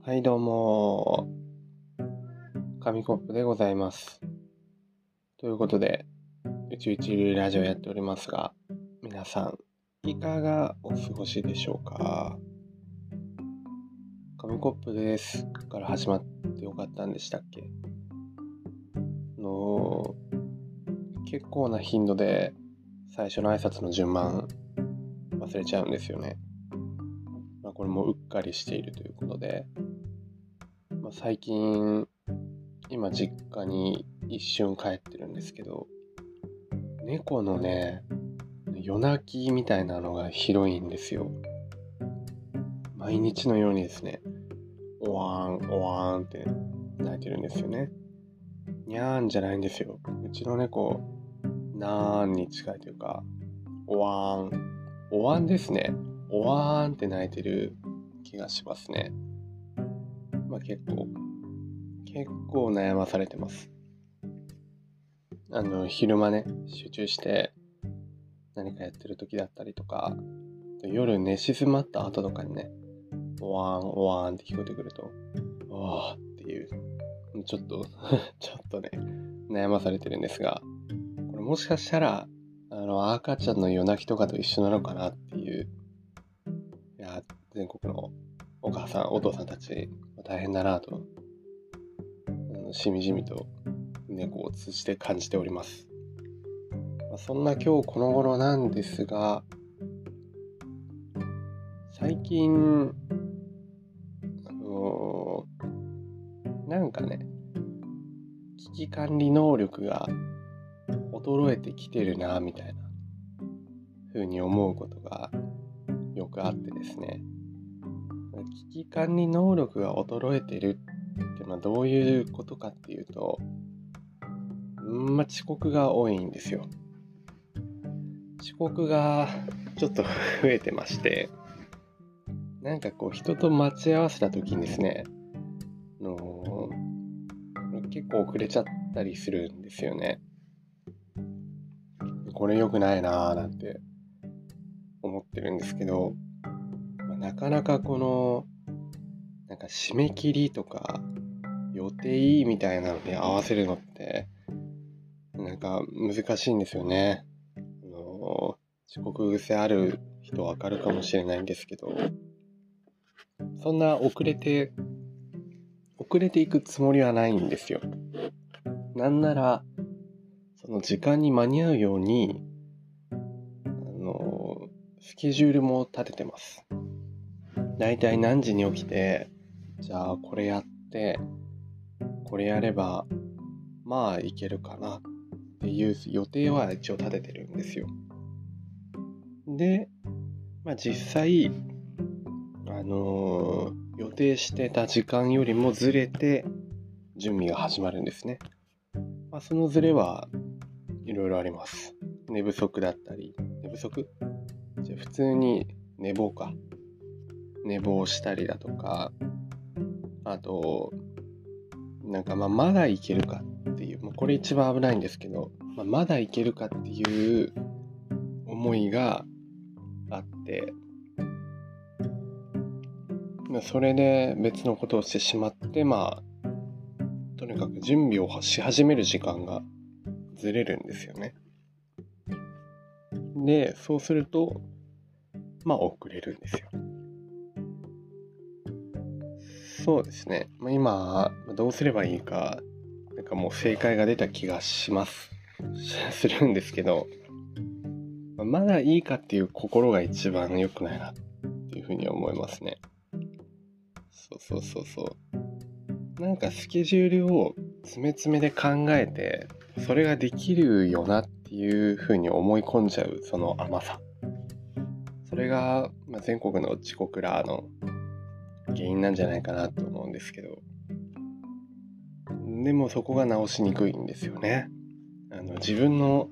はいどうも、紙コップでございます。ということで、宇宙一流ラジオやっておりますが、皆さん、いかがお過ごしでしょうか？紙コップですから始まってよかったんでしたっけ？結構な頻度で最初の挨拶の順番忘れちゃうんですよね。これもうっかりしているということで、最近、今実家に一瞬帰ってるんですけど、猫のね、夜泣きみたいなのがひどいんですよ。毎日のようにですね、おわーん、おわーんって泣いてるんですよね。にゃーんじゃないんですよ。うちの猫、なーんに近いというか、おわーん、おわんですね。おわーんって泣いてる気がしますね。結構悩まされてます。昼間ね、集中して何かやってる時だったりとか、夜寝静まった後とかにね、おわーんおわーんって聞こえてくると、あーっていう、ちょっとね、悩まされてるんですが、これもしかしたら、赤ちゃんの夜泣きとかと一緒なのかなっていう、いや、全国のお母さん、お父さんたち、大変だなと、しみじみと猫を通じて感じております。そんな今日この頃なんですが、最近、なんかね、危機管理能力が衰えてきてるなみたいな風に思うことがよくあってですね、危機管理能力が衰えてるってどういうことかっていうと、遅刻が多いんですよ。遅刻がちょっと増えてまして、人と待ち合わせた時にですね、結構遅れちゃったりするんですよね。これ良くないなーなんて思ってるんですけど、なかなか締め切りとか予定みたいなのに合わせるのって難しいんですよね。遅刻癖ある人わかるかもしれないんですけど、そんな遅れていくつもりはないんですよ。なんならその時間に間に合うようにスケジュールも立ててます。だいたい何時に起きて、じゃあこれやってこれやればいけるかなっていう予定は一応立ててるんですよ。で、実際予定してた時間よりもずれて準備が始まるんですね。そのずれはいろいろあります。寝不足だったり、普通に寝坊したりだとか、あとまだいけるかっていう、これ一番危ないんですけど、まだいけるかっていう思いがあって、それで別のことをしてしまって、とにかく準備をし始める時間がずれるんですよね。で、そうすると、遅れるんですよ。そうですね。今、どうすればいいか、もう正解が出た気がしするんですけど、まだいいかっていう心が一番良くないなっていうふうに思いますね。そう。スケジュールを詰めで考えて、それができるよなっていうふうに思い込んじゃうその甘さ。それが、全国の遅刻らの原因なんじゃないかなと思うんですけど、でもそこが直しにくいんですよね。自分の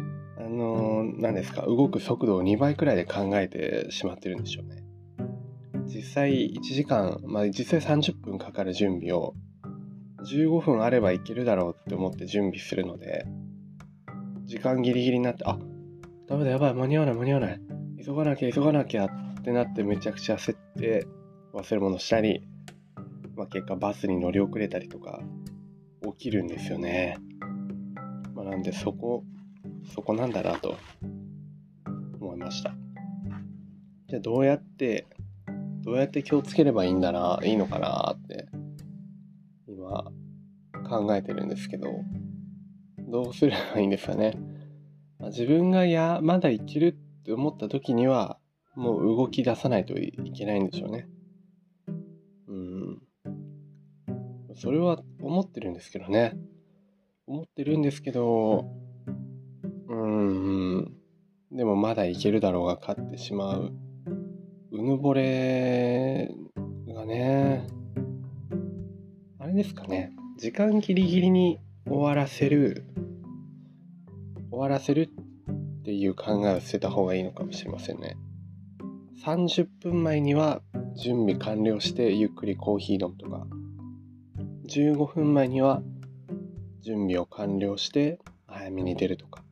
動く速度を2倍くらいで考えてしまってるんでしょうね。実際1時間、実際30分かかる準備を15分あればいけるだろうって思って準備するので、時間ギリギリになって、ダメだ、やばい、間に合わない、急がなきゃってなってめちゃくちゃ焦って忘れ物したり、 結果バスに乗り遅れたりとか起きるんですよね。なんでそこなんだなと思いました。じゃあどうやって気をつければいいのかなって今考えてるんですけど、どうすればいいんですかね。自分がまだいけるって思った時にはもう動き出さないといけないんでしょうね。それは思ってるんですけどね。でもまだいけるだろうが勝ってしまううぬぼれがね、あれですかね、時間ギリギリに終わらせるっていう考えを捨てた方がいいのかもしれませんね。30分前には準備完了してゆっくりコーヒー飲むとか、15分前には準備を完了して早めに出るとか、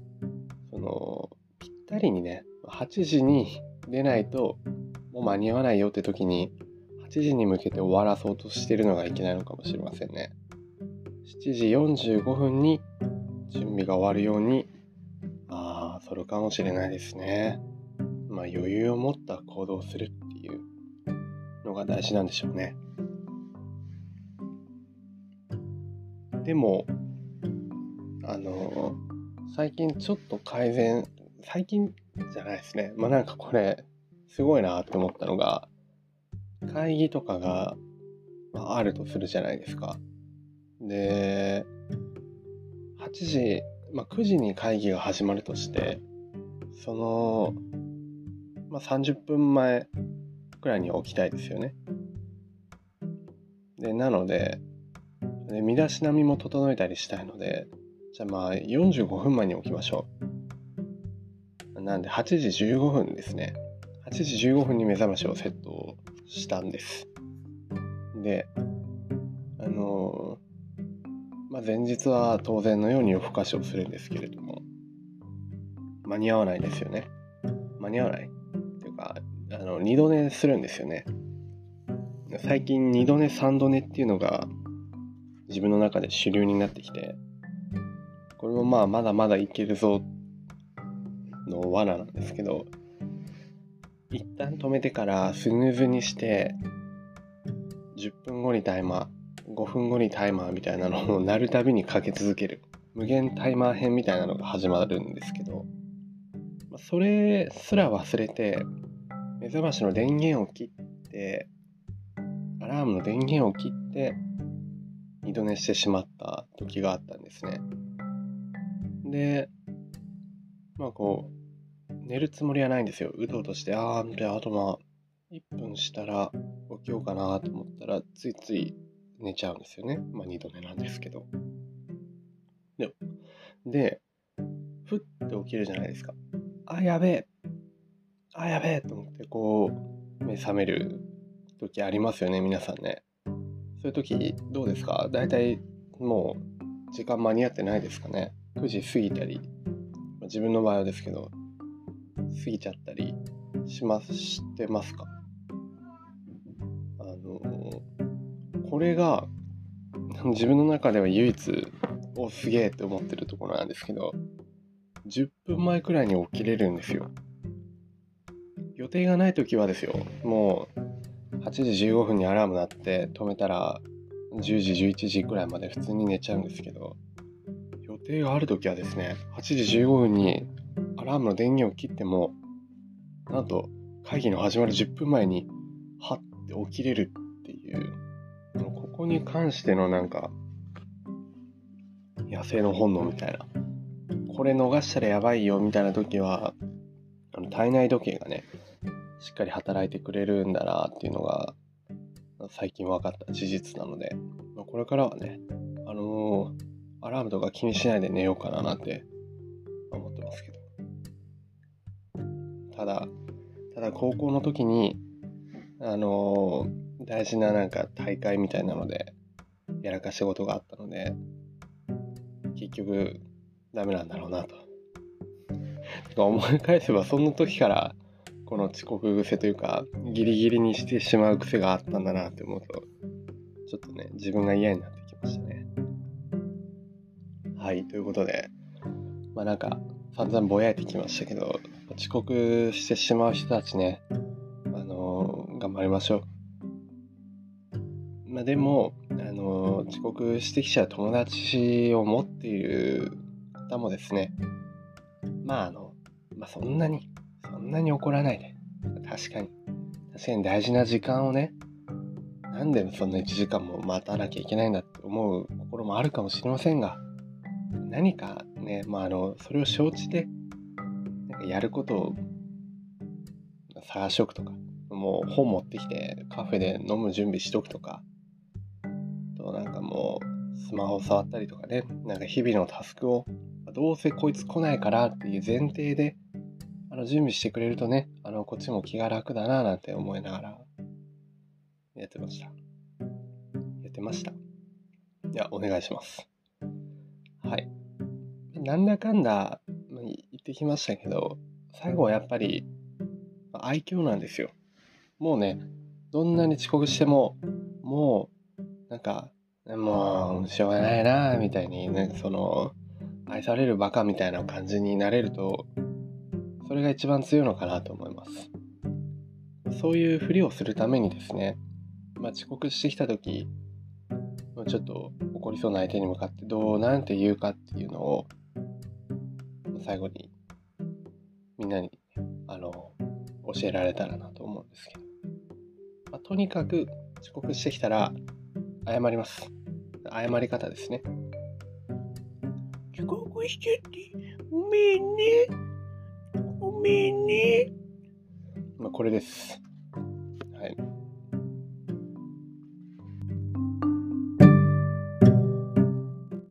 ぴったりにね、8時に出ないともう間に合わないよって時に8時に向けて終わらそうとしてるのがいけないのかもしれませんね。7時45分に準備が終わるようにそれかもしれないですね。余裕を持った行動をするっていうのが大事なんでしょうね。でも最近ちょっと最近じゃないですね。なんかこれすごいなって思ったのが、会議とかがあるとするじゃないですか。で、8時、9時に会議が始まるとして、30分前くらいに起きたいですよね。で、なので、身だしなみも整えたりしたいので、じゃあ45分前に起きましょう。なんで8時15分ですね。8時15分に目覚ましをセットしたんです。で、前日は当然のように夜更かしをするんですけれども、間に合わないですよね。間に合わないっていうか、二度寝するんですよね。最近二度寝三度寝っていうのが自分の中で主流になってきて、これもまだまだいけるぞの罠なんですけど、一旦止めてからスヌーズにして10分後にタイマー、5分後にタイマーみたいなのを鳴るたびにかけ続ける無限タイマー編みたいなのが始まるんですけど、それすら忘れて目覚ましの電源を切ってアラームの電源を切って二度寝してしまった時があったんですね。で、寝るつもりはないんですよ。うとうとして、じゃああと1分したら起きようかなと思ったらついつい寝ちゃうんですよね。二度寝なんですけど。で、ふって起きるじゃないですか。やべえと思って目覚める時ありますよね、皆さんね。そういう時どうですか？だいたいもう時間間に合ってないですかね。9時過ぎたり、自分の場合はですけど過ぎちゃったりしてますか？これが自分の中では唯一すげえって思ってるところなんですけど、10分前くらいに起きれるんですよ。予定がない時はですよ、もう8時15分にアラーム鳴って止めたら10時11時くらいまで普通に寝ちゃうんですけど、予定がある時はですね、8時15分にアラームの電源を切ってもなんと会議の始まる10分前にはって起きれるっていう、ここに関しての野生の本能みたいな、これ逃したらやばいよみたいな時は体内時計がねしっかり働いてくれるんだなっていうのが最近分かった事実なので、これからはねアラームとか気にしないで寝ようかななんて思ってますけど、ただ高校の時に大事な大会みたいなのでやらかしたことがあったので、結局ダメなんだろうなと思い返せば、その時からこの遅刻癖というかギリギリにしてしまう癖があったんだなって思うとちょっとね、自分が嫌になってきましたね。はい、ということで、なんか散々ぼやいてきましたけど、遅刻してしまう人たちね、頑張りましょう。でも、遅刻してきちゃう友達を持っている方もですね、そんなに怒らないで。確かに大事な時間をね、なんでそんな1時間も待たなきゃいけないんだって思う心もあるかもしれませんが、何かね、それを承知で、やることを探しとくとか、もう本持ってきてカフェで飲む準備しとくとか、ともうスマホ触ったりとかね、日々のタスクをどうせこいつ来ないからっていう前提で準備してくれるとね、こっちも気が楽だななんて思いながらやってました。いや、お願いします。はい。なんだかんだ言ってきましたけど、最後はやっぱり愛嬌なんですよ。もうね、どんなに遅刻しても、もうしょうがないなみたいにね、愛されるバカみたいな感じになれると、それが一番強いのかなと思います。そういうふりをするためにですね、遅刻してきた時、ちょっと怒りそうな相手に向かってなんて言うかっていうのを最後にみんなに教えられたらなと思うんですけど、とにかく遅刻してきたら謝ります。謝り方ですね。遅刻しちゃってごめんね。これです。